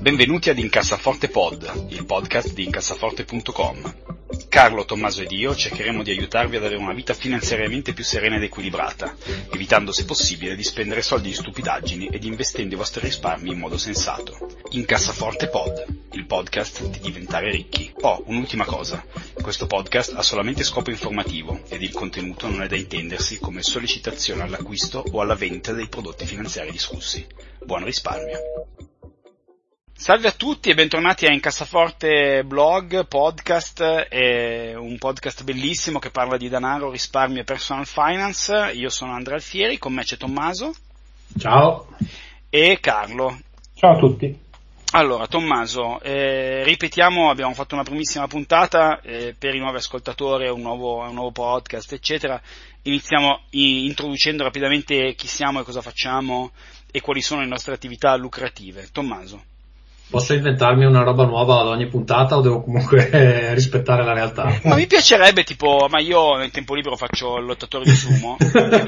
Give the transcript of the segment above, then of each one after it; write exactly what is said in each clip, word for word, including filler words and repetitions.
Benvenuti ad Incassaforte Pod, il podcast di incassaforte punto com. Carlo, Tommaso ed io cercheremo di aiutarvi ad avere una vita finanziariamente più serena ed equilibrata, evitando se possibile di spendere soldi in stupidaggini ed investendo i vostri risparmi in modo sensato. Incassaforte Pod, il podcast di diventare ricchi. Oh, un'ultima cosa, questo podcast ha solamente scopo informativo ed il contenuto non è da intendersi come sollecitazione all'acquisto o alla vendita dei prodotti finanziari discussi. Buon risparmio! Salve a tutti e bentornati a Incassaforte Blog, podcast, è un podcast bellissimo che parla di denaro, risparmio e personal finance. Io sono Andrea Alfieri, con me c'è Tommaso. Ciao. E Carlo. Ciao a tutti. Allora, Tommaso, eh, ripetiamo, abbiamo fatto una primissima puntata, eh, per i nuovi ascoltatori, un nuovo, un nuovo podcast, eccetera. Iniziamo i, introducendo rapidamente chi siamo e cosa facciamo e quali sono le nostre attività lucrative. Tommaso. Posso inventarmi una roba nuova ad ogni puntata o devo comunque rispettare la realtà? Ma mi piacerebbe, tipo, ma io nel tempo libero faccio il lottatore di sumo.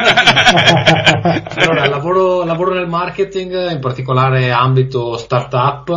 Allora, lavoro, lavoro nel marketing, in particolare ambito startup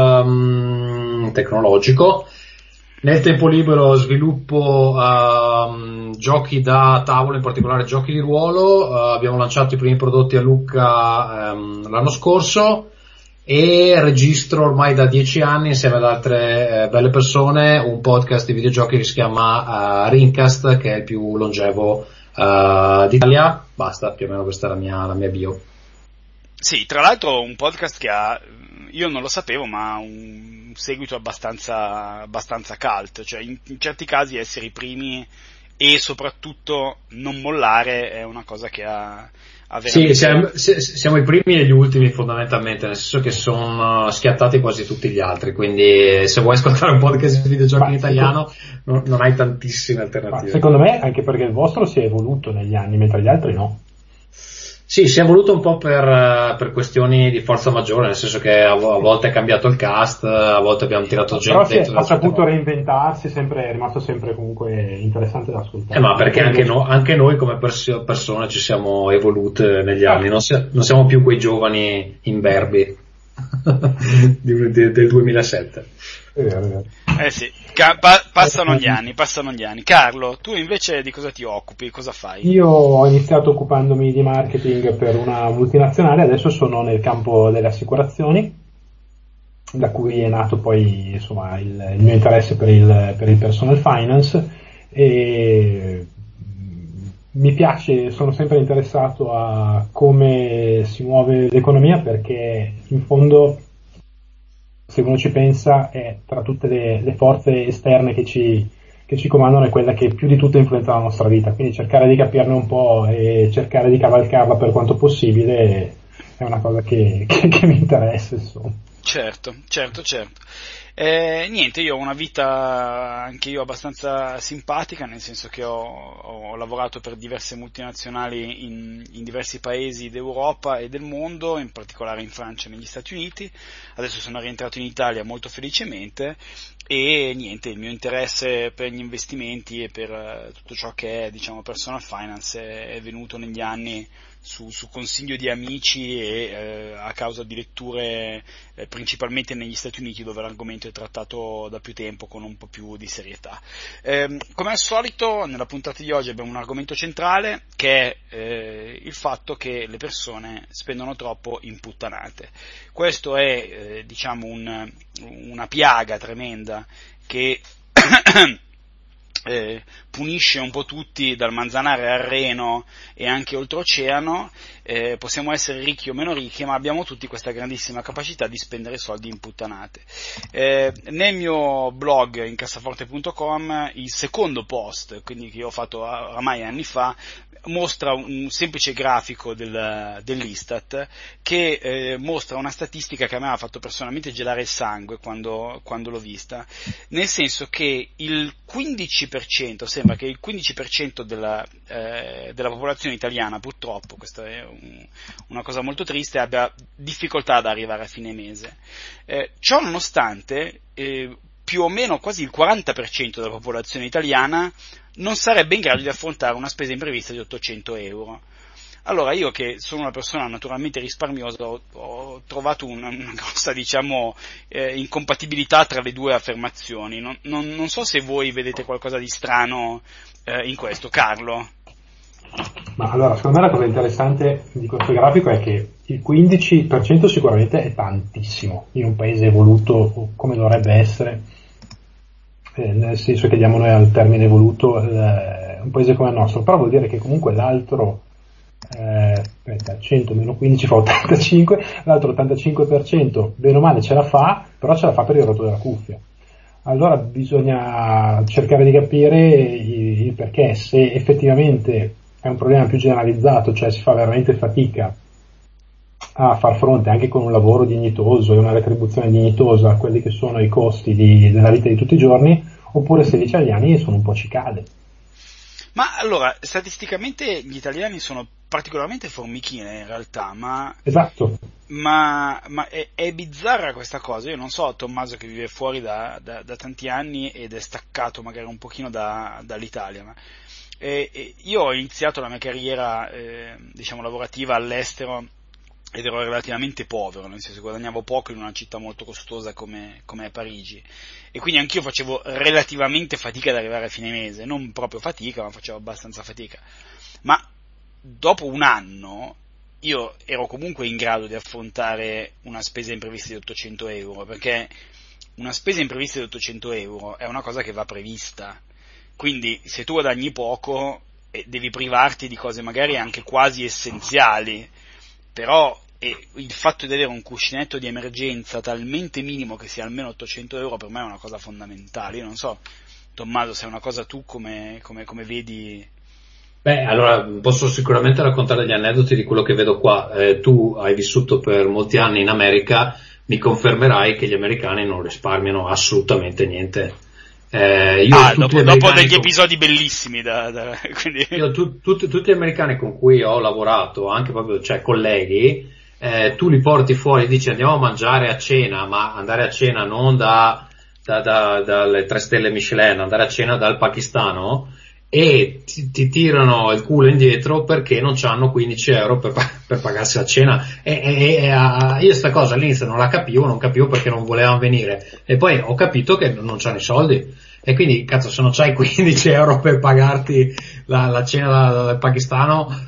um, tecnologico. Nel tempo libero sviluppo um, giochi da tavolo, in particolare giochi di ruolo. Uh, abbiamo lanciato i primi prodotti a Lucca um, l'anno scorso. E registro ormai da dieci anni insieme ad altre eh, belle persone un podcast di videogiochi che si chiama uh, Rincast, che è il più longevo uh, d'Italia. Basta, più o meno questa è la mia, la mia bio. Sì, tra l'altro un podcast che ha, io non lo sapevo, ma ha un seguito abbastanza, abbastanza cult, cioè in, in certi casi essere i primi e soprattutto non mollare è una cosa che ha... Sì, siamo, siamo i primi e gli ultimi fondamentalmente, nel senso che sono schiattati quasi tutti gli altri, quindi se vuoi ascoltare un podcast di videogiochi ma in italiano non, non hai tantissime alternative. Secondo me anche perché il vostro si è evoluto negli anni, mentre gli altri no. Sì, si è evoluto un po' per, per questioni di forza maggiore, nel senso che a, a volte è cambiato il cast, a volte abbiamo tirato gente dentro. Però ha saputo reinventarsi, sempre, è rimasto sempre comunque interessante da ascoltare. Eh, ma perché anche, no, anche noi come pers- persone ci siamo evolute negli anni, non, si- non siamo più quei giovani imberbi di, di, del duemilasette. È vero, è vero. Eh sì, Ca- pa- passano gli anni, passano gli anni. Carlo, tu invece di cosa ti occupi? Cosa fai? Io ho iniziato occupandomi di marketing per una multinazionale, adesso sono nel campo delle assicurazioni, da cui è nato poi insomma il, il mio interesse per il, per il personal finance, e mi piace, sono sempre interessato a come si muove l'economia, perché in fondo, se uno ci pensa, è tra tutte le, le forze esterne che ci, che ci comandano è quella che più di tutto influenza la nostra vita, quindi cercare di capirne un po' e cercare di cavalcarla per quanto possibile è una cosa che, che, che mi interessa, insomma. Certo, certo, certo. Eh, niente, io ho una vita anche io abbastanza simpatica, nel senso che ho, ho lavorato per diverse multinazionali in, in diversi paesi d'Europa e del mondo, in particolare in Francia e negli Stati Uniti. Adesso sono rientrato in Italia molto felicemente e niente, il mio interesse per gli investimenti e per tutto ciò che è, diciamo, personal finance è, è venuto negli anni Su, su consiglio di amici e eh, a causa di letture eh, principalmente negli Stati Uniti, dove l'argomento è trattato da più tempo con un po' più di serietà. Eh, come al solito nella puntata di oggi abbiamo un argomento centrale che è eh, il fatto che le persone spendono troppo in puttanate. Questo è eh, diciamo un, una piaga tremenda che Eh, punisce un po' tutti, dal Manzanare al Reno e anche oltreoceano. Eh, possiamo essere ricchi o meno ricchi, ma abbiamo tutti questa grandissima capacità di spendere soldi in puttanate. Eh, nel mio blog incassaforte punto com il secondo post, quindi che io ho fatto oramai anni fa, mostra un semplice grafico del, dell'Istat che eh, mostra una statistica che a me ha fatto personalmente gelare il sangue quando, quando l'ho vista, nel senso che il quindici per cento, sembra che il quindici per cento della, eh, della popolazione italiana, purtroppo, questa è un, una cosa molto triste, abbia difficoltà ad arrivare a fine mese. Eh, ciò nonostante, eh, più o meno quasi il quaranta per cento della popolazione italiana non sarebbe in grado di affrontare una spesa imprevista di ottocento euro. Allora, io che sono una persona naturalmente risparmiosa, ho, ho trovato una, una grossa, diciamo, eh, incompatibilità tra le due affermazioni. Non, non, non so se voi vedete qualcosa di strano eh, in questo. Carlo? Ma allora, secondo me la cosa interessante di questo grafico è che il quindici per cento sicuramente è tantissimo in un paese evoluto come dovrebbe essere, eh, nel senso che diamo noi al termine evoluto eh, un paese come il nostro, però vuol dire che comunque l'altro Eh, aspetta, cento meno quindici fa ottantacinque, l'altro ottantacinque per cento bene o male ce la fa, però ce la fa per il rotto della cuffia. Allora bisogna cercare di capire il, il perché, se effettivamente è un problema più generalizzato, cioè si fa veramente fatica a far fronte anche con un lavoro dignitoso e una retribuzione dignitosa a quelli che sono i costi di, della vita di tutti i giorni, oppure se gli italiani sono un po' cicale. Ma allora, statisticamente gli italiani sono particolarmente formichine in realtà, ma, esatto. ma, ma è, è bizzarra questa cosa. Io non so, Tommaso che vive fuori da, da, da tanti anni ed è staccato magari un pochino da, dall'Italia, ma eh, eh, io ho iniziato la mia carriera eh, diciamo lavorativa all'estero ed ero relativamente povero, nel senso che guadagnavo poco in una città molto costosa come, come è Parigi, e quindi anch'io facevo relativamente fatica ad arrivare a fine mese, non proprio fatica, ma facevo abbastanza fatica. Ma dopo un anno io ero comunque in grado di affrontare una spesa imprevista di ottocento euro, perché una spesa imprevista di ottocento euro è una cosa che va prevista, quindi se tu guadagni poco eh, devi privarti di cose magari anche quasi essenziali, però eh, il fatto di avere un cuscinetto di emergenza talmente minimo che sia almeno ottocento euro per me è una cosa fondamentale. Io non so, Tommaso, se è una cosa tu come, come, come vedi. Beh, allora posso sicuramente raccontare degli aneddoti di quello che vedo qua. Eh, tu hai vissuto per molti anni in America, mi confermerai che gli americani non risparmiano assolutamente niente. Eh, io ah, dopo, dopo degli con... episodi bellissimi da, da, quindi... io, tu, tu, tutti gli americani con cui ho lavorato, anche proprio, cioè colleghi, eh, tu li porti fuori e dici andiamo a mangiare a cena, ma andare a cena non da, da, da dalle tre stelle Michelin, andare a cena dal pakistano, e ti, ti tirano il culo indietro perché non c'hanno quindici euro per, per pagarsi la cena. E, e, e a, io sta cosa all'inizio non la capivo, non capivo perché non volevano venire, e poi ho capito che non c'hanno i soldi, e quindi cazzo, se non c'hai quindici euro per pagarti la, la cena dal, dal pakistano,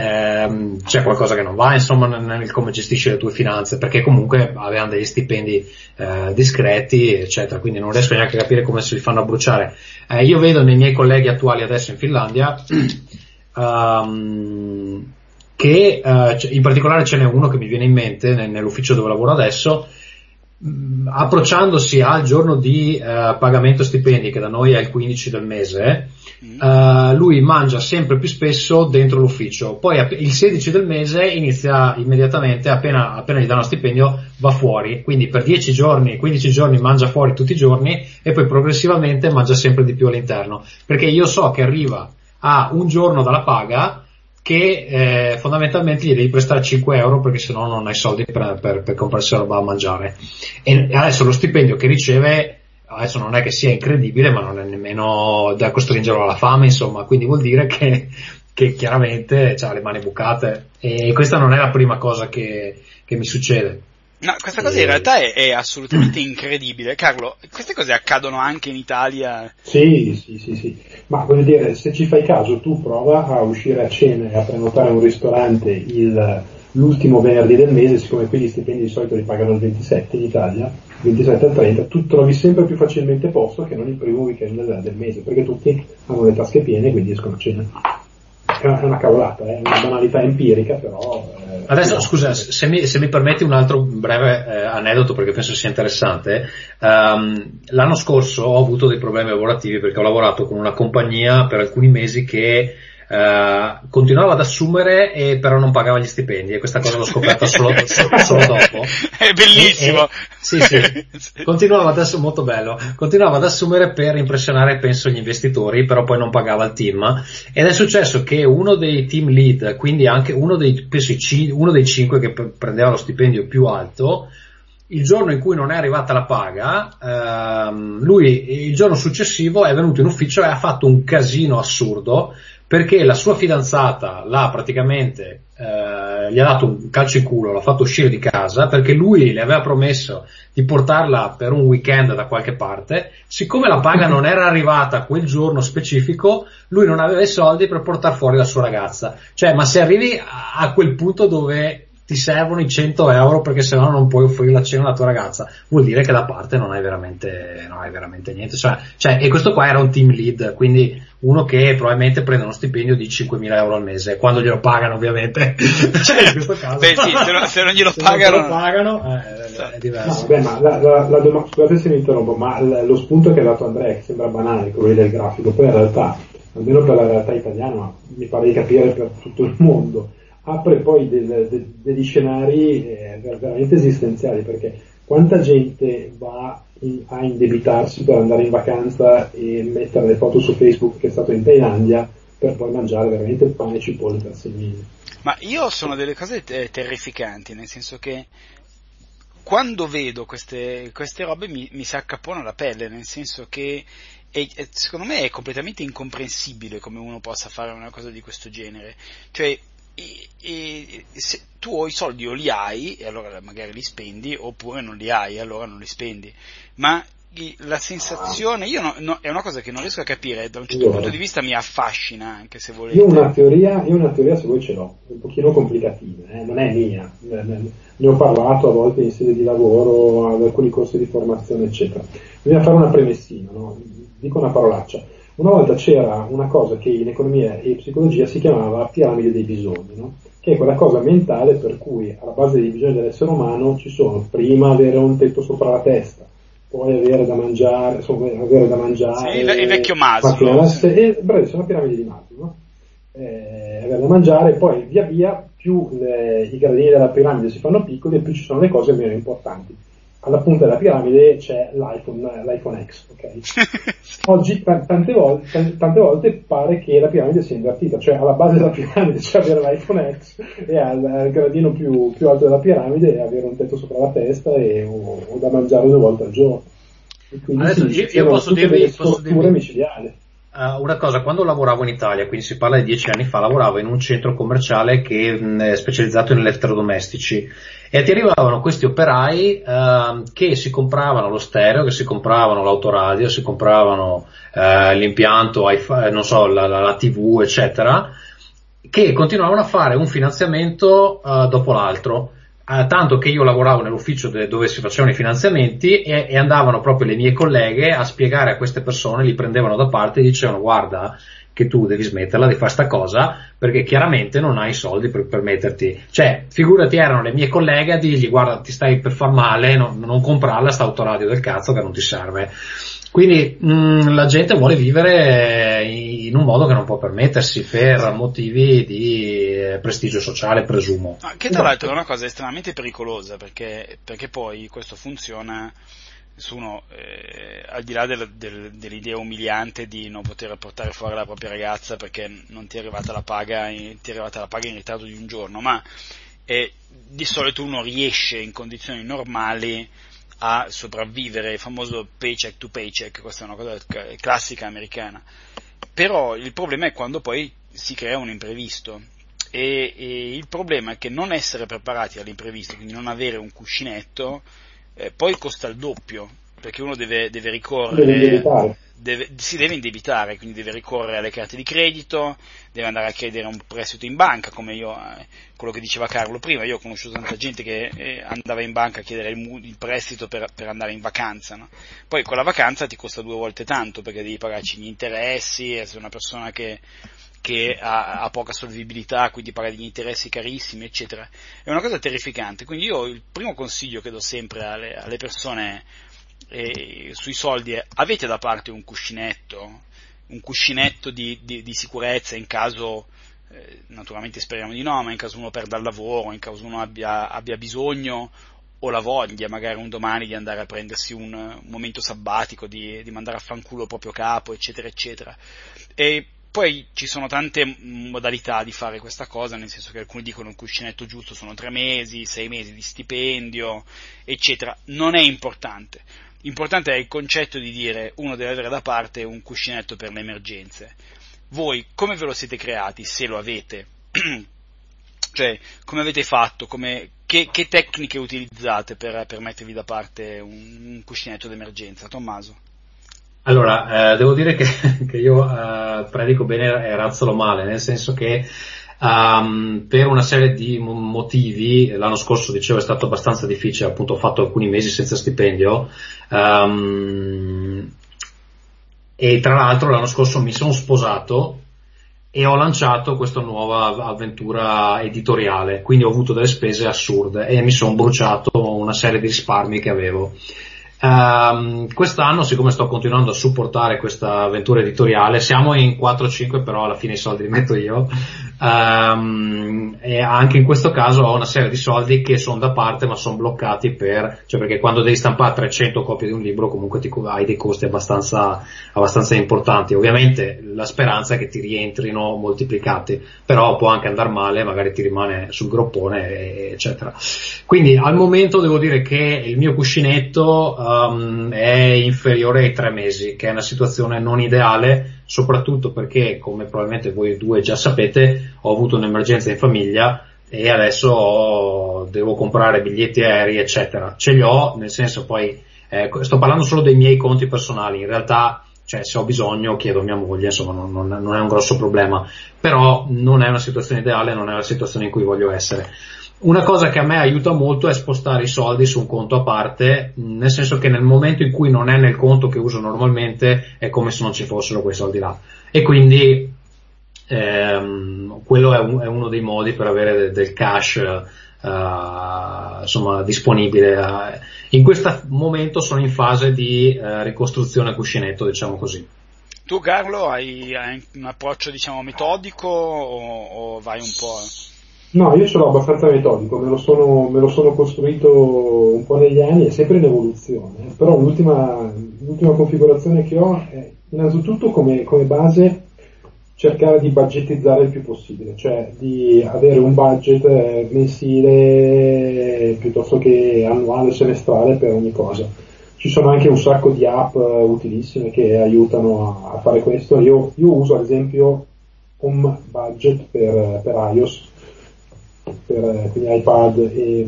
ehm, c'è qualcosa che non va, insomma, nel, nel come gestisci le tue finanze, perché comunque avevano degli stipendi eh, discreti, eccetera, quindi non riesco neanche a capire come se li fanno a bruciare. Eh, io vedo nei miei colleghi attuali adesso in Finlandia um, che uh, in particolare ce n'è uno che mi viene in mente nell'ufficio dove lavoro adesso, mh, approcciandosi al giorno di uh, pagamento stipendi, che da noi è il quindici del mese, uh, lui mangia sempre più spesso dentro l'ufficio, poi il sedici del mese inizia immediatamente, appena, appena gli danno stipendio va fuori, quindi per dieci giorni, quindici giorni mangia fuori tutti i giorni, e poi progressivamente mangia sempre di più all'interno, perché io so che arriva a un giorno dalla paga che eh, fondamentalmente gli devi prestare cinque euro, perché sennò non hai soldi per, per, per comprarsi roba a mangiare. E adesso lo stipendio che riceve adesso non è che sia incredibile, ma non è nemmeno da costringerlo alla fame, insomma, quindi vuol dire che, che chiaramente ha le mani bucate, e questa non è la prima cosa che, che mi succede. No, questa cosa in realtà è, è assolutamente incredibile. Carlo, queste cose accadono anche in Italia? Sì, sì, sì, sì. Ma voglio dire, se ci fai caso, tu prova a uscire a cena e a prenotare un ristorante il, l'ultimo venerdì del mese, siccome qui gli stipendi di solito li pagano il ventisette in Italia, ventisette al trenta, tu trovi sempre più facilmente posto che non il primo weekend del, del mese, perché tutti hanno le tasche piene e quindi escono a cena. È una, è una cavolata, è una banalità empirica, però... Eh, Adesso, no. scusa, se mi, se mi permetti un altro breve eh, aneddoto, perché penso sia interessante. Um, l'anno scorso ho avuto dei problemi lavorativi, perché ho lavorato con una compagnia per alcuni mesi che Uh, continuava ad assumere e però non pagava gli stipendi, e questa cosa l'ho scoperta solo, solo, solo dopo. È bellissimo. E, e, sì, sì. Continuava ad assumere, molto bello. Continuava ad assumere per impressionare, penso, gli investitori, però poi non pagava il team. Ed è successo che uno dei team lead, quindi anche uno dei, penso, uno dei cinque che prendeva lo stipendio più alto, il giorno in cui non è arrivata la paga, ehm, lui il giorno successivo è venuto in ufficio e ha fatto un casino assurdo, perché la sua fidanzata l'ha praticamente, eh, gli ha dato un calcio in culo, l'ha fatto uscire di casa, perché lui le aveva promesso di portarla per un weekend da qualche parte. Siccome la paga non era arrivata quel giorno specifico, lui non aveva i soldi per portare fuori la sua ragazza. Cioè, ma se arrivi a, a quel punto dove ti servono i cento euro perché sennò non puoi offrire la cena alla tua ragazza, vuol dire che da parte non hai veramente, non hai veramente niente. Cioè, cioè, e questo qua era un team lead, quindi uno che probabilmente prende uno stipendio di cinquemila euro al mese, quando glielo pagano ovviamente. Cioè, in questo caso, beh sì, se, non, se non glielo se pagano, non glielo pagano eh, è diverso. No, vabbè, ma la, la, la doma- scusate se mi interrompo, ma l- lo spunto che ha dato Andrea, che sembra banale, quello del grafico, poi in realtà, almeno per la realtà italiana, ma mi pare di capire per tutto il mondo, apre poi del, del, degli scenari eh, veramente esistenziali, perché quanta gente va in, a indebitarsi per andare in vacanza e mettere le foto su Facebook che è stato in Thailandia per poi mangiare veramente pane e cipolle per sei mesi. Ma io sono delle cose te- terrificanti, nel senso che quando vedo queste, queste robe mi, mi si accapona la pelle, nel senso che è, è, secondo me è completamente incomprensibile come uno possa fare una cosa di questo genere. Cioè, E, e, se tu i soldi o li hai e allora magari li spendi, oppure non li hai e allora non li spendi, ma la sensazione, io no, no, è una cosa che non riesco a capire, da un certo io, punto di vista mi affascina, anche se volete. Io una teoria, io una teoria se voi ce l'ho, un pochino complicatina, eh, non è mia, ne ho parlato a volte in sede di lavoro, ad alcuni corsi di formazione eccetera. Bisogna fare una premessina, no? Dico una parolaccia. Una volta c'era una cosa che in economia e psicologia si chiamava piramide dei bisogni, no? Che è quella cosa mentale per cui alla base dei bisogni dell'essere umano ci sono prima avere un tetto sopra la testa, poi avere da mangiare, insomma, avere da mangiare, sì, il vecchio Maslow, sì. E, beh, sono piramidi di Maslow, no? Eh, avere da mangiare, poi via via più le, i gradini della piramide si fanno piccoli e più ci sono le cose meno importanti. Alla punta della piramide c'è l'iPhone, l'iPhone X, ok? Oggi t- tante, volte, t- tante volte pare che la piramide sia invertita, cioè alla base della piramide c'è avere l'iPhone X e al, al gradino più, più alto della piramide avere un tetto sopra la testa e, o, o da mangiare due volte al giorno. E quindi adesso sì, io, io posso dirvi, posso dirvi micidiali. Uh, una cosa, quando lavoravo in Italia, quindi si parla di dieci anni fa, lavoravo in un centro commerciale che mh, è specializzato in elettrodomestici e ti arrivavano questi operai uh, che si compravano lo stereo, che si compravano l'autoradio, si compravano uh, l'impianto, non so, la, la, la tivù, eccetera, che continuavano a fare un finanziamento uh, dopo l'altro. Uh, tanto che io lavoravo nell'ufficio de- dove si facevano i finanziamenti e-, e andavano proprio le mie colleghe a spiegare a queste persone, li prendevano da parte e dicevano guarda che tu devi smetterla di fare sta cosa perché chiaramente non hai i soldi per permetterti, cioè figurati, erano le mie colleghe a dirgli guarda ti stai per far male, no, non comprarla sta autoradio del cazzo che non ti serve. Quindi mh, la gente vuole vivere in un modo che non può permettersi per motivi di prestigio sociale, presumo. Ah, che tra l'altro è una cosa estremamente pericolosa perché, perché poi questo funziona su uno, eh, al di là del, del, dell'idea umiliante di non poter portare fuori la propria ragazza perché non ti è arrivata la paga, in, ti è arrivata la paga in ritardo di un giorno, ma eh, di solito uno riesce in condizioni normali a sopravvivere, il famoso paycheck to paycheck, questa è una cosa classica americana, però il problema è quando poi si crea un imprevisto e, e il problema è che non essere preparati all'imprevisto, quindi non avere un cuscinetto, eh, poi costa il doppio, perché uno deve, deve ricorrere, deve, si deve indebitare, quindi deve ricorrere alle carte di credito, deve andare a chiedere un prestito in banca, come io, eh, quello che diceva Carlo prima, io ho conosciuto tanta gente che eh, andava in banca a chiedere il, il prestito per, per andare in vacanza, no? Poi quella vacanza ti costa due volte tanto, perché devi pagarci gli interessi, e sei una persona che, che ha, ha poca solvibilità, quindi paga degli interessi carissimi, eccetera. È una cosa terrificante, quindi io il primo consiglio che do sempre alle, alle persone eh, sui soldi è: avete da parte un cuscinetto, un cuscinetto di, di, di sicurezza in caso, eh, naturalmente speriamo di no, ma in caso uno perda il lavoro, in caso uno abbia, abbia bisogno o la voglia magari un domani di andare a prendersi un, un momento sabbatico, di, di mandare a fanculo il proprio capo, eccetera, eccetera. E poi ci sono tante modalità di fare questa cosa, nel senso che alcuni dicono un cuscinetto giusto sono tre mesi, sei mesi di stipendio, eccetera. Non è importante. Importante è il concetto di dire uno deve avere da parte un cuscinetto per le emergenze. Voi come ve lo siete creati, se lo avete? Cioè, come avete fatto? Come, che, che tecniche utilizzate per, per mettervi da parte un, un cuscinetto d'emergenza? Tommaso? Allora, eh, devo dire che, che io eh, predico bene e razzolo male, nel senso che um, per una serie di motivi, l'anno scorso dicevo è stato abbastanza difficile, appunto ho fatto alcuni mesi senza stipendio, um, e tra l'altro l'anno scorso mi sono sposato e ho lanciato questa nuova avventura editoriale, quindi ho avuto delle spese assurde e mi sono bruciato una serie di risparmi che avevo. Um, quest'anno, siccome sto continuando a supportare questa avventura editoriale, siamo in quattro cinque, però alla fine i soldi li metto io, um, e anche in questo caso ho una serie di soldi che sono da parte ma sono bloccati per, cioè perché quando devi stampare trecento copie di un libro comunque ti, hai dei costi abbastanza, abbastanza importanti. Ovviamente la speranza è che ti rientrino moltiplicati, però può anche andare male, magari ti rimane sul groppone, eccetera. Quindi al momento devo dire che il mio cuscinetto um, è inferiore ai tre mesi, che è una situazione non ideale, soprattutto perché, come probabilmente voi due già sapete, ho avuto un'emergenza in famiglia e adesso ho, devo comprare biglietti aerei, eccetera. Ce li ho, nel senso poi, eh, sto parlando solo dei miei conti personali, in realtà, cioè se ho bisogno chiedo a mia moglie, insomma non, non, non è un grosso problema, però non è una situazione ideale, non è la situazione in cui voglio essere. Una cosa che a me aiuta molto è spostare i soldi su un conto a parte, nel senso che nel momento in cui non è nel conto che uso normalmente è come se non ci fossero quei soldi là, e quindi ehm, quello è, un, è uno dei modi per avere del, del cash uh, insomma disponibile. In questo momento sono in fase di uh, ricostruzione cuscinetto, diciamo così. Tu Carlo hai, hai un approccio diciamo metodico o, o vai un po'? No, io ce l'ho abbastanza metodico, me lo sono, me lo sono costruito un po' negli anni, è sempre in evoluzione, però l'ultima, l'ultima configurazione che ho è innanzitutto come, come base cercare di budgetizzare il più possibile, cioè di avere un budget mensile piuttosto che annuale, semestrale per ogni cosa. Ci sono anche un sacco di app utilissime che aiutano a, a fare questo. Io, io uso ad esempio Home Budget per, per iOS, per quindi iPad e,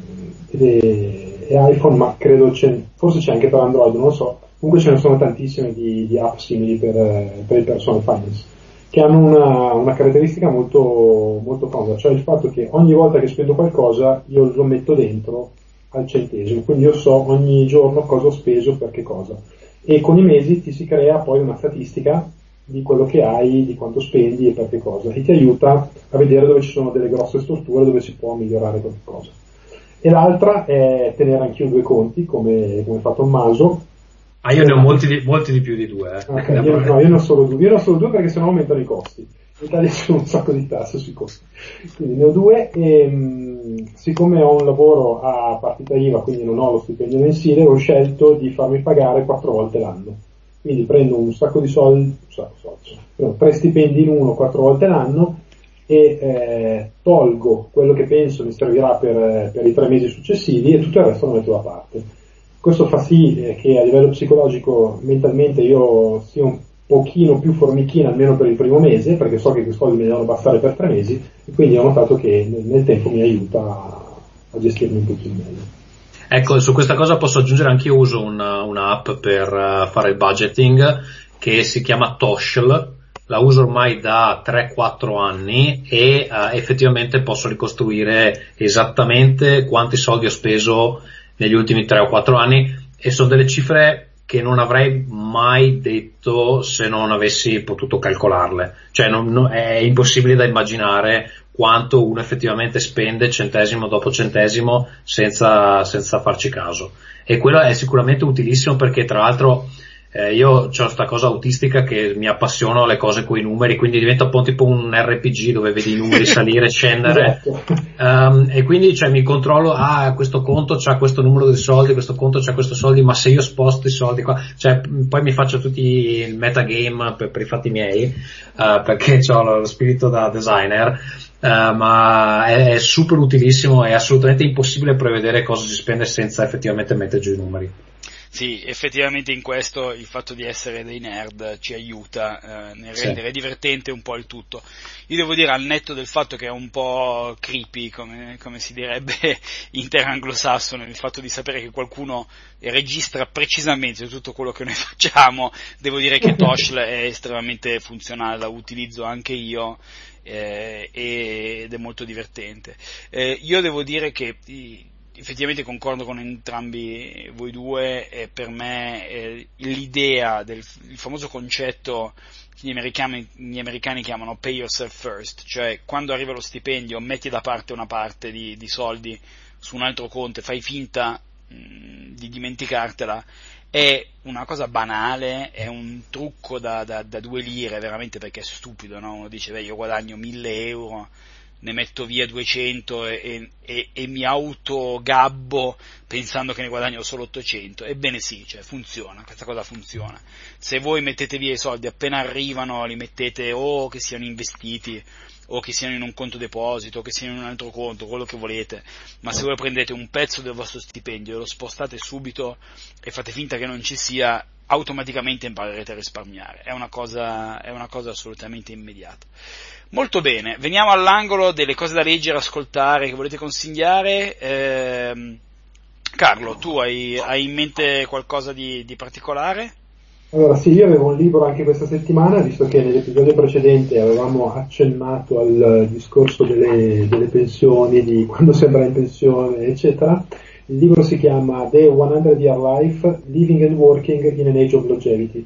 e, e iPhone, ma credo c'è, forse c'è anche per Android, non lo so. Comunque ce ne sono tantissime di, di app simili per, per il personal finance, che hanno una, una caratteristica molto, molto comoda, cioè il fatto che ogni volta che spendo qualcosa io lo metto dentro al centesimo, quindi io so ogni giorno cosa ho speso per che cosa, e con i mesi ti si crea poi una statistica di quello che hai, di quanto spendi e per che cosa, e ti aiuta a vedere dove ci sono delle grosse storture, dove si può migliorare qualcosa. E l'altra è tenere anch'io due conti, come, come fa Tommaso. Ah, io ne ho molti di, molti di più di due. Eh. Okay, io, no, io ne ho solo due, io ne ho solo due perché sennò aumentano i costi. In Italia ci sono un sacco di tasse sui costi. Quindi ne ho due e mh, siccome ho un lavoro a partita I V A, quindi non ho lo stipendio mensile, ho scelto di farmi pagare quattro volte l'anno. Quindi prendo un sacco di soldi, un sacco di soldi, prendo tre stipendi in uno quattro volte l'anno e eh, tolgo quello che penso mi servirà per, per i tre mesi successivi e tutto il resto lo metto da parte. Questo fa sì eh, che a livello psicologico mentalmente io sia un pochino più formichina almeno per il primo mese, perché so che questi soldi mi devono bastare per tre mesi, e quindi ho notato che nel, nel tempo mi aiuta a, a gestirmi un pochino meglio. Ecco, su questa cosa posso aggiungere anche io uso una, un'app per uh, fare il budgeting che si chiama Toshel, la uso ormai da tre quattro anni e uh, effettivamente posso ricostruire esattamente quanti soldi ho speso negli ultimi tre o quattro anni, e sono delle cifre che non avrei mai detto se non avessi potuto calcolarle, cioè non, non, è impossibile da immaginare quanto uno effettivamente spende centesimo dopo centesimo senza, senza farci caso, e quello è sicuramente utilissimo perché tra l'altro Eh, io ho questa cosa autistica che mi appassiono alle cose coi numeri, quindi diventa un po' tipo un R P G dove vedi i numeri salire e scendere. Esatto. Um, e quindi cioè, mi controllo, ah, questo conto c'ha questo numero di soldi, questo conto c'ha questo soldi, ma se io sposto i soldi qua, cioè poi mi faccio tutti il metagame per, per i fatti miei, uh, perché ho lo spirito da designer. Uh, ma è, è super utilissimo, è assolutamente impossibile prevedere cosa si spende senza effettivamente mettere giù i numeri. Sì, effettivamente in questo il fatto di essere dei nerd ci aiuta eh, nel rendere sì. divertente un po' il tutto. Io devo dire, al netto del fatto che è un po' creepy, come, come si direbbe in terra anglosassone, il fatto di sapere che qualcuno registra precisamente tutto quello che noi facciamo, devo dire che Toshl è estremamente funzionale, la utilizzo anche io. Eh, ed è molto divertente. Eh, io devo dire che i, effettivamente concordo con entrambi voi due, e per me eh, l'idea del il famoso concetto che gli americani, gli americani chiamano pay yourself first, cioè quando arriva lo stipendio metti da parte una parte di, di soldi su un altro conto e fai finta mh, di dimenticartela, è una cosa banale, è un trucco da, da, da due lire, veramente, perché è stupido, no? Uno dice, beh, io guadagno mille euro, ne metto via duecento e, e, e mi autogabbo pensando che ne guadagno solo ottocento. Ebbene sì, cioè funziona, questa cosa funziona. Se voi mettete via i soldi, appena arrivano li mettete o che siano investiti, o che siano in un conto deposito, o che siano in un altro conto, quello che volete, ma se voi prendete un pezzo del vostro stipendio e lo spostate subito e fate finta che non ci sia, automaticamente imparerete a risparmiare. È una cosa, è una cosa assolutamente immediata. Molto bene, veniamo all'angolo delle cose da leggere, ascoltare, che volete consigliare. Eh, Carlo, tu hai, hai in mente qualcosa di, di particolare? Allora sì, io avevo un libro anche questa settimana, visto che nell'episodio precedente avevamo accennato al discorso delle, delle pensioni, di quando si andrà in pensione, eccetera. Il libro si chiama The hundred Year Life, Living and Working in an Age of Longevity.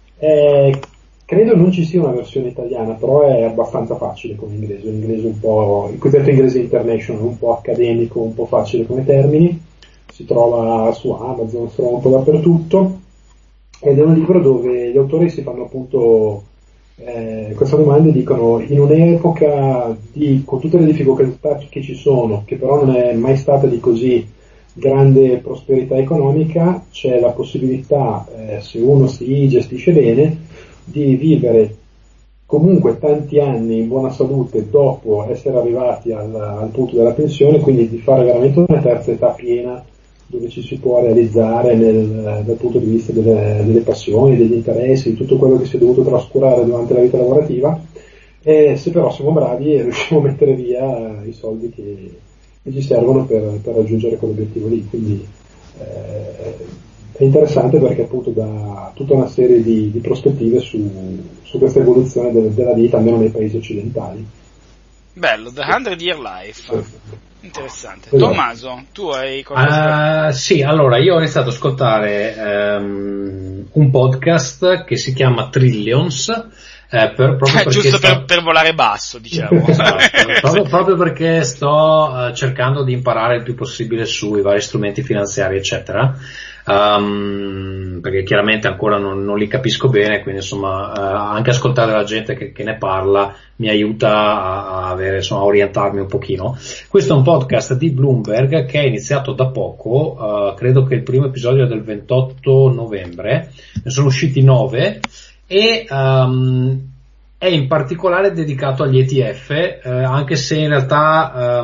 Eh, credo non ci sia una versione italiana, però è abbastanza facile come inglese, un inglese un po', il cosiddetto inglese international, un po' accademico, un po' facile come termini, si trova su Amazon, si trova un po' dappertutto. Ed è un libro dove gli autori si fanno appunto eh, questa domanda e dicono: in un'epoca di, con tutte le difficoltà che ci sono, che però non è mai stata di così grande prosperità economica, c'è la possibilità, eh, se uno si gestisce bene, di vivere comunque tanti anni in buona salute dopo essere arrivati al, al punto della pensione, quindi di fare veramente una terza età piena, dove ci si può realizzare nel, dal punto di vista delle, delle passioni, degli interessi, di tutto quello che si è dovuto trascurare durante la vita lavorativa, e se però siamo bravi e riusciamo a mettere via i soldi che, che ci servono per, per raggiungere quell'obiettivo lì. Quindi eh, è interessante perché appunto dà tutta una serie di, di prospettive su, su questa evoluzione del, della vita, almeno nei paesi occidentali. Bello, The hundred Year Life. Sì. Interessante. Esatto. Tommaso, tu hai qualcosa? Uh, sì, allora io ho iniziato ad ascoltare um, un podcast che si chiama Trillions, eh, per, proprio eh, giusto sto... per, per volare basso, diciamo. Esatto, proprio, proprio perché sto uh, cercando di imparare il più possibile sui vari strumenti finanziari, eccetera. Um, perché chiaramente ancora non, non li capisco bene, quindi insomma uh, anche ascoltare la gente che, che ne parla mi aiuta a, a avere, insomma, a orientarmi un pochino. Questo è un podcast di Bloomberg che è iniziato da poco, uh, credo che il primo episodio è del ventotto novembre, ne sono usciti nove e um, è in particolare dedicato agli E T F, eh, anche se in realtà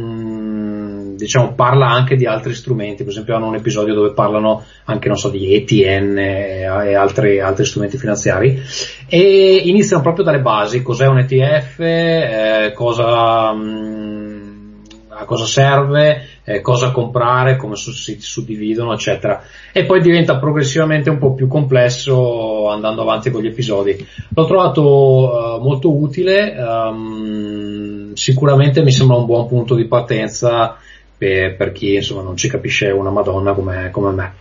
um, diciamo parla anche di altri strumenti. Per esempio hanno un episodio dove parlano anche, non so, di E T N e, e altri, altri strumenti finanziari, e iniziano proprio dalle basi: cos'è un E T F, eh, cosa um, a cosa serve, eh, cosa comprare, come si suddividono, eccetera. E poi diventa progressivamente un po' più complesso andando avanti con gli episodi. L'ho trovato uh, molto utile, um, sicuramente mi sembra un buon punto di partenza per, per chi, insomma, non ci capisce una madonna come, come me.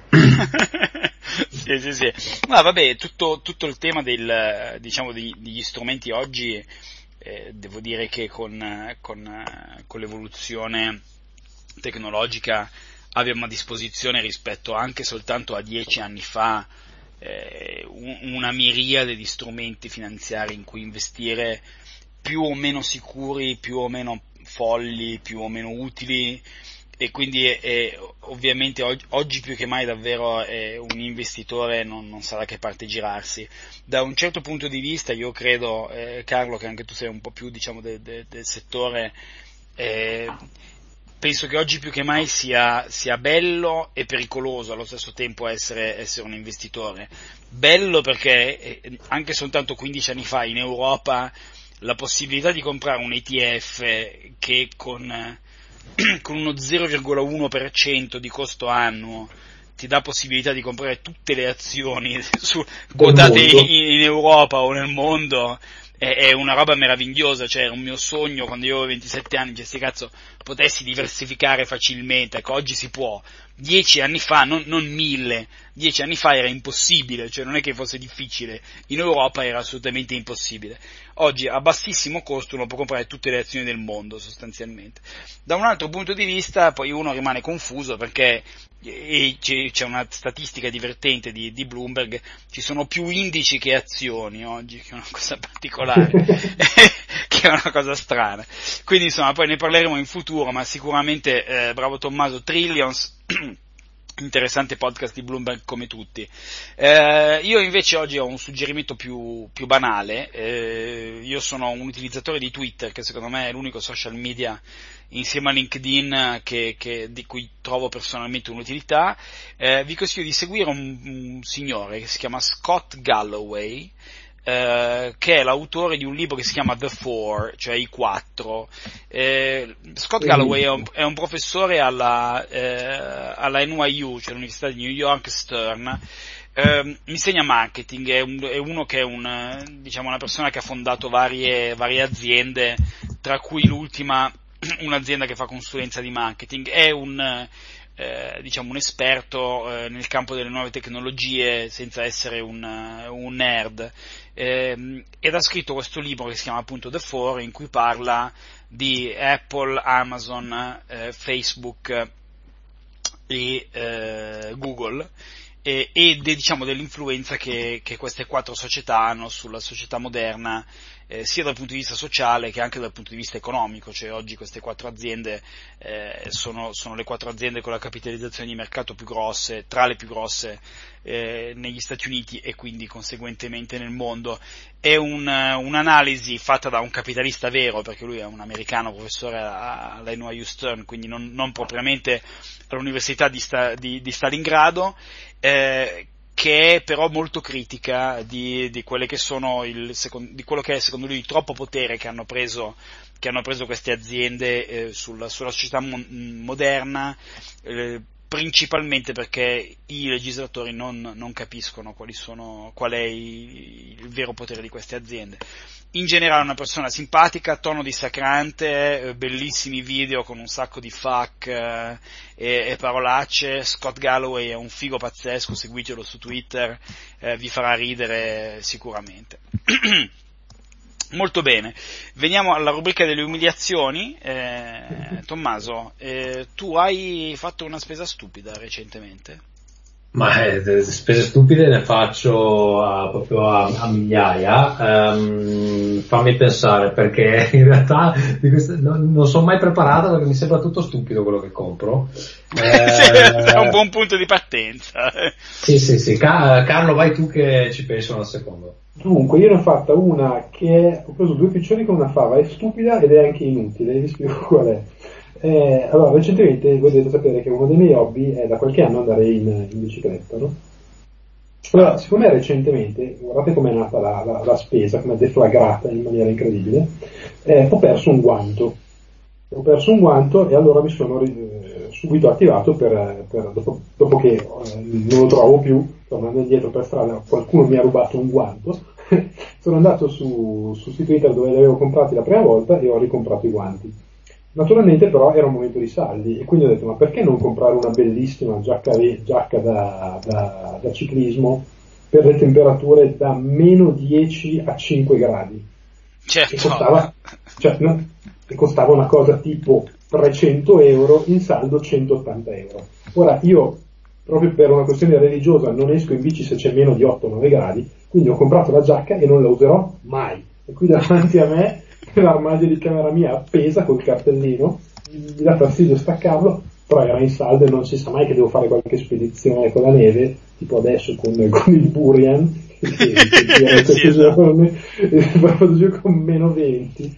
Sì, sì, sì. Ma vabbè, tutto, tutto il tema del, diciamo, degli, degli strumenti oggi, eh, devo dire che con, con, con l'evoluzione tecnologica abbiamo a disposizione, rispetto anche soltanto a dieci anni fa, eh, un, una miriade di strumenti finanziari in cui investire, più o meno sicuri, più o meno folli, più o meno utili, e quindi è, è, ovviamente oggi, oggi più che mai davvero è un investitore non, non sa da che parte girarsi. Da un certo punto di vista io credo, eh, Carlo, che anche tu sei un po' più diciamo de, de, del settore, eh, penso che oggi più che mai sia, sia bello e pericoloso allo stesso tempo essere, essere un investitore. Bello perché eh, anche soltanto quindici anni fa in Europa la possibilità di comprare un E T F che con con uno zero virgola uno per cento di costo annuo ti dà possibilità di comprare tutte le azioni su, quotate in, in Europa o nel mondo, è, è una roba meravigliosa. Cioè, era un mio sogno quando io avevo ventisette anni, cioè, sti cazzo, potessi diversificare facilmente. Ecco, oggi si può. Dieci anni fa, non, non mille, dieci anni fa era impossibile, cioè non è che fosse difficile, in Europa era assolutamente impossibile. Oggi a bassissimo costo uno può comprare tutte le azioni del mondo sostanzialmente. Da un altro punto di vista poi uno rimane confuso perché e c'è una statistica divertente di, di Bloomberg, ci sono più indici che azioni oggi, che è una cosa particolare, che è una cosa strana. Quindi insomma poi ne parleremo in futuro, ma sicuramente eh, bravo Tommaso, Trillions, interessante podcast di Bloomberg come tutti. Eh, io invece oggi ho un suggerimento più, più banale. Eh, io sono un utilizzatore di Twitter, che secondo me è l'unico social media insieme a LinkedIn che, che, di cui trovo personalmente un'utilità. Eh, vi consiglio di seguire un, un signore che si chiama Scott Galloway, eh, che è l'autore di un libro che si chiama The Four, cioè i quattro. Eh, Scott Galloway è un, è un professore alla, eh, alla N Y U, cioè l'Università di New York Stern. Eh, insegna marketing, è, un, è uno che è un, diciamo, una persona che ha fondato varie, varie aziende, tra cui l'ultima un'azienda che fa consulenza di marketing. È un, eh, diciamo, un esperto eh, nel campo delle nuove tecnologie senza essere un, un nerd, eh, ed ha scritto questo libro che si chiama appunto The Four, in cui parla di Apple, Amazon, eh, Facebook e eh, Google, e, e de, diciamo, dell'influenza che, che queste quattro società hanno sulla società moderna, eh, sia dal punto di vista sociale che anche dal punto di vista economico. Cioè oggi queste quattro aziende eh, sono, sono le quattro aziende con la capitalizzazione di mercato più grosse, tra le più grosse eh, negli Stati Uniti e quindi conseguentemente nel mondo. È un, un'analisi fatta da un capitalista vero, perché lui è un americano, professore alla N Y U Stern, quindi non, non propriamente all'Università di, Sta, di, di Stalingrado, eh, che è però molto critica di, di quelle che sono il, di quello che è secondo lui il troppo potere che hanno preso, che hanno preso queste aziende eh, sulla, sulla società mo- moderna, eh, principalmente perché i legislatori non, non capiscono quali sono, qual è il, il vero potere di queste aziende. In generale è una persona simpatica, tono dissacrante, eh, bellissimi video con un sacco di fuck eh, e, e parolacce. Scott Galloway è un figo pazzesco, seguitelo su Twitter, eh, vi farà ridere sicuramente. Molto bene, veniamo alla rubrica delle umiliazioni. eh, Tommaso, eh, tu hai fatto una spesa stupida recentemente? Ma eh, spese stupide ne faccio a, proprio a, a migliaia. Um, fammi pensare, perché in realtà di queste, non, non sono mai preparato, perché mi sembra tutto stupido quello che compro. Eh, è un buon punto di partenza. Sì, sì, sì. Car- Carlo, vai tu che ci penso un secondo. Dunque, io ne ho fatta una che ho preso due piccioni con una fava, è stupida ed è anche inutile, vi spiego qual è. Eh, allora, recentemente voi dovete sapere che uno dei miei hobby è da qualche anno andare in, in bicicletta, no? Allora, siccome recentemente, guardate com'è nata la, la, la spesa, come è deflagrata in maniera incredibile, eh, ho perso un guanto. Ho perso un guanto e allora mi sono eh, subito attivato per, per dopo, dopo che eh, non lo trovo più, tornando indietro per strada, qualcuno mi ha rubato un guanto, sono andato su, su sito internet dove li avevo comprati la prima volta e ho ricomprato i guanti. Naturalmente però era un momento di saldi e quindi ho detto: ma perché non comprare una bellissima giacca, giacca da, da, da ciclismo per le temperature da meno dieci a cinque gradi? Certo. E costava, cioè, no, e costava una cosa tipo trecento euro, in saldo centottanta euro. Ora io proprio per una questione religiosa non esco in bici se c'è meno di otto nove gradi, quindi ho comprato la giacca e non la userò mai. E qui davanti a me l'armadio di camera mia appesa col cartellino, mi dà fastidio staccarlo, però era in saldo e non si sa mai che devo fare qualche spedizione con la neve, tipo adesso con, con il Burian, che, che, che sì, esatto. Vado giù con meno venti,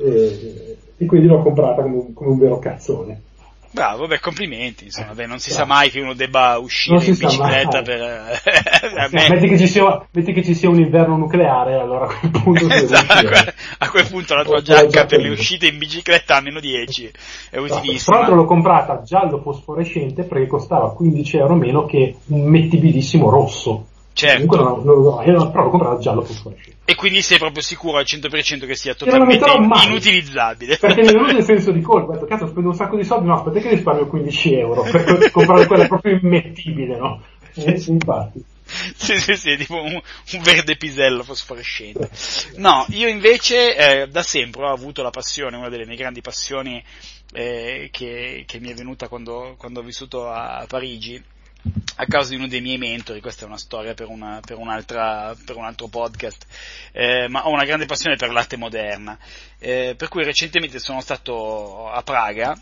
e, e quindi l'ho comprata come un, come un vero cazzone. Bravo, beh, complimenti, insomma, beh, non si sa mai che uno debba uscire in bicicletta per... a me... metti, che ci sia, metti che ci sia un inverno nucleare, allora a quel punto... esatto, a, quel, a quel punto la tua o giacca per le uscite in bicicletta a meno dieci è utilissima. Tra l'altro l'ho comprata giallo fosforescente perché costava quindici euro meno che un mettibilissimo rosso. Certo. Comunque non, non, non, però l'ho comprata giallo fosforescente. E quindi sei proprio sicuro al cento per cento che sia totalmente inutilizzabile. Perché mi è venuto il senso di colpa, ho detto, cazzo, spendo un sacco di soldi, no, aspetta che risparmio quindici euro per comprare quella proprio immettibile, no? Eh, sì, infatti. Sì, sì, sì, tipo un, un verde pisello fosforescente. No, io invece eh, da sempre ho avuto la passione, una delle mie grandi passioni eh, che, che mi è venuta quando, quando ho vissuto a Parigi, a causa di uno dei miei mentori. Questa è una storia per, una, per, un'altra, per un altro podcast, eh, ma ho una grande passione per l'arte moderna, eh, per cui recentemente sono stato a Praga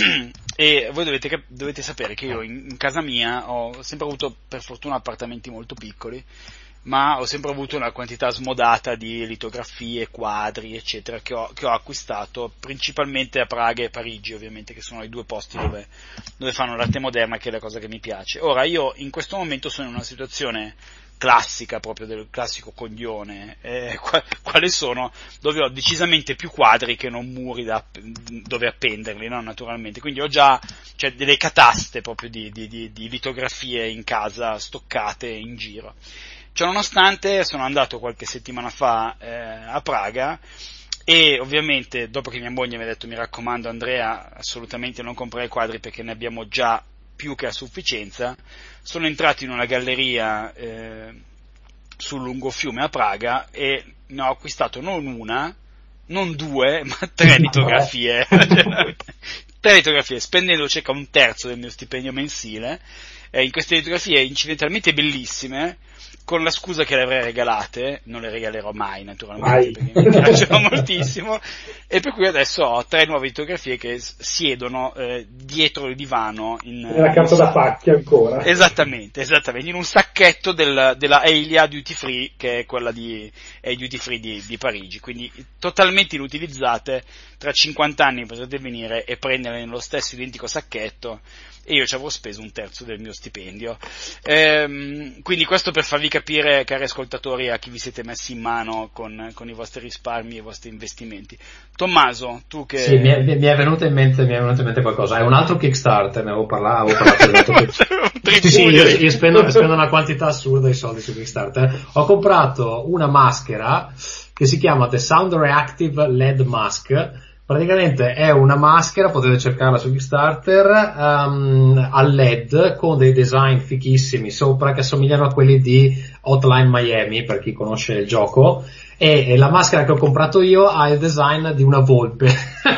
e voi dovete, dovete sapere che io in, in casa mia ho sempre avuto per fortuna appartamenti molto piccoli, ma ho sempre avuto una quantità smodata di litografie, quadri, eccetera, che ho, che ho acquistato principalmente a Praga e Parigi, ovviamente, che sono i due posti dove, dove fanno l'arte moderna, che è la cosa che mi piace. Ora, io in questo momento sono in una situazione classica, proprio del classico coglione, eh, quali sono, dove ho decisamente più quadri che non muri da, dove appenderli, no? Naturalmente, quindi ho già, cioè, delle cataste proprio di, di, di, di litografie in casa, stoccate in giro. Ciononostante sono andato qualche settimana fa eh, a Praga e ovviamente dopo che mia moglie mi ha detto mi raccomando Andrea assolutamente non comprare quadri perché ne abbiamo già più che a sufficienza, sono entrato in una galleria eh, sul lungofiume a Praga e ne ho acquistato non una, non due, ma tre litografie, tre litografie, spendendo circa un terzo del mio stipendio mensile, eh, in queste litografie incidentalmente bellissime, con la scusa che le avrei regalate, non le regalerò mai naturalmente, mai. Perché mi piacciono moltissimo, e per cui adesso ho tre nuove litografie che siedono eh, dietro il divano in nella carta da pacchi ancora. Esattamente, esattamente, in un sacchetto del, della Elia Duty Free, che è quella di è Duty Free di, di Parigi, quindi totalmente inutilizzate. Tra cinquanta anni potete venire e prenderle nello stesso identico sacchetto e io ci avrò speso un terzo del mio stipendio. Ehm, quindi questo per farvi capire, cari ascoltatori, a chi vi siete messi in mano con, con i vostri risparmi e i vostri investimenti. Tommaso, tu che... Sì, mi è, mi è venuto in mente, mi è venuto in mente qualcosa. È un altro Kickstarter, ne avevo parlato, avevo parlato di un altro sì, sì, io, io spendo, spendo una quantità assurda di soldi su Kickstarter. Ho comprato una maschera che si chiama The Sound Reactive L E D Mask. Praticamente è una maschera, potete cercarla su Kickstarter, um, a L E D con dei design fichissimi sopra che assomigliano a quelli di Hotline Miami, per chi conosce il gioco, e, e la maschera che ho comprato io ha il design di una volpe.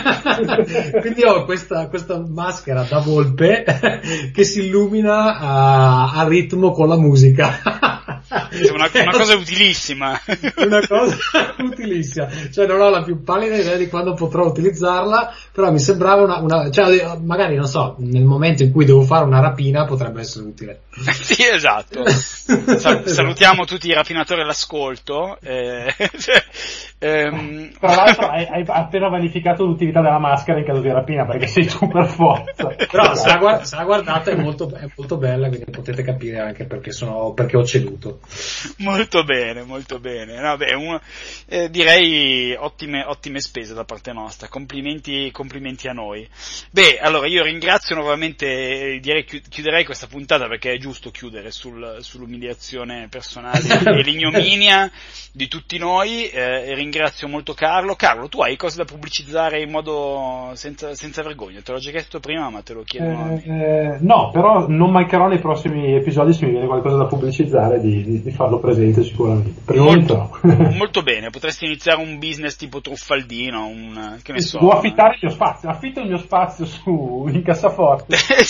Quindi ho questa, questa maschera da volpe che si illumina a, a ritmo con la musica. Una, una cosa utilissima. Una cosa utilissima. Cioè non ho la più pallida idea di quando potrò utilizzarla, però mi sembrava una, una cioè magari non so, nel momento in cui devo fare una rapina potrebbe essere utile. Sì, esatto. Sal- salutiamo tutti i rapinatori all'ascolto. Eh, cioè, ehm... Tra l'altro hai, hai appena vanificato l'utilità della maschera in caso di rapina, perché sei tu per forza. Però se la, guard- se la guardate è molto, è molto bella, quindi potete capire anche perché sono perché ho ceduto. Molto bene, molto bene. No, beh, uno, eh, direi ottime, ottime spese da parte nostra. Complimenti, complimenti a noi. Beh, allora io ringrazio nuovamente, direi chiuderei questa puntata perché è giusto chiudere sul, sull'umiliazione personale e l'ignominia di tutti noi. Eh, e ringrazio molto Carlo. Carlo, tu hai cose da pubblicizzare in modo senza, senza vergogna? Te l'ho già chiesto prima, ma te lo chiedo nuovamente. Eh, no, però non mancherò nei prossimi episodi, se mi viene qualcosa da pubblicizzare, di, di, di farlo presente sicuramente. Prima molto, molto bene, potresti iniziare un business tipo Truffaldino, un, che ne so. Devo affittare il mio spazio, affitto il mio spazio su in cassaforte. Esatto.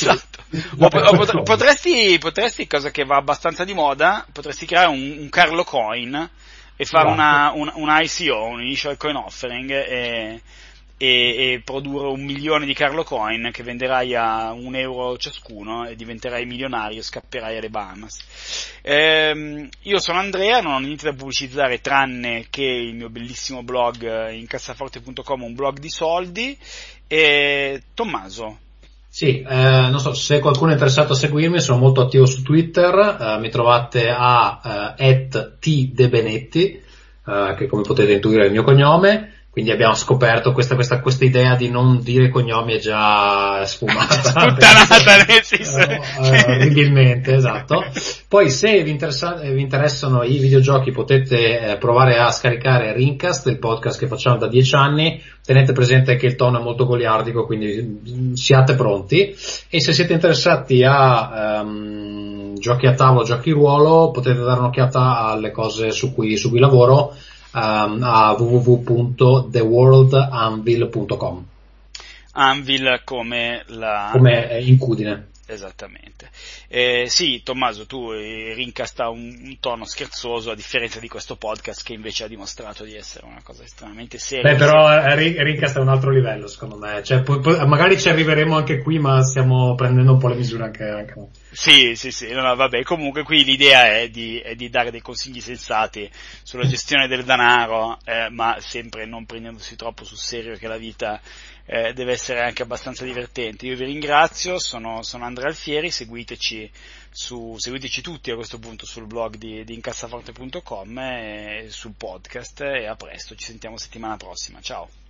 o, o potresti, potresti, cosa che va abbastanza di moda, potresti creare un, un Carlo Coin e fare una, un, un I C O, un Initial Coin Offering, e, e, e produrre un milione di Carlo Coin che venderai a un euro ciascuno e diventerai milionario e scapperai alle Bahamas. Ehm, io sono Andrea, non ho niente da pubblicizzare tranne che il mio bellissimo blog incassaforte punto com, un blog di soldi. E Tommaso. Sì, eh, non so se qualcuno è interessato a seguirmi, sono molto attivo su Twitter, eh, mi trovate a eh, at tdebenetti, eh, che come potete intuire è il mio cognome. Quindi abbiamo scoperto questa, questa, questa idea di non dire cognomi è già sfumata. Sputtanata, nel senso. Orribilmente, esatto. Poi se vi, interessa, vi interessano i videogiochi potete eh, provare a scaricare Rincast, il podcast che facciamo da dieci anni. Tenete presente che il tono è molto goliardico, quindi siate pronti. E se siete interessati a um, giochi a tavolo, giochi ruolo, potete dare un'occhiata alle cose su cui, su cui lavoro. Um, a w w w punto the world anvil punto com. Anvil come la... come incudine. Esattamente. Eh, sì, Tommaso, tu rincasta un, un tono scherzoso, a differenza di questo podcast che invece ha dimostrato di essere una cosa estremamente seria. Beh, però eh, rincasta è un altro livello, secondo me. Cioè, po- po- magari ci arriveremo anche qui, ma stiamo prendendo un po' le misure anche, anche noi. Sì, sì, sì, no, no, vabbè, comunque qui l'idea è di, è di dare dei consigli sensati sulla gestione del denaro, eh, ma sempre non prendendosi troppo sul serio, che la vita eh, deve essere anche abbastanza divertente. Io vi ringrazio, sono, sono Andrea Alfieri, seguiteci su, seguiteci tutti a questo punto sul blog di, di incassaforte punto com e sul podcast, e a presto, ci sentiamo settimana prossima, ciao.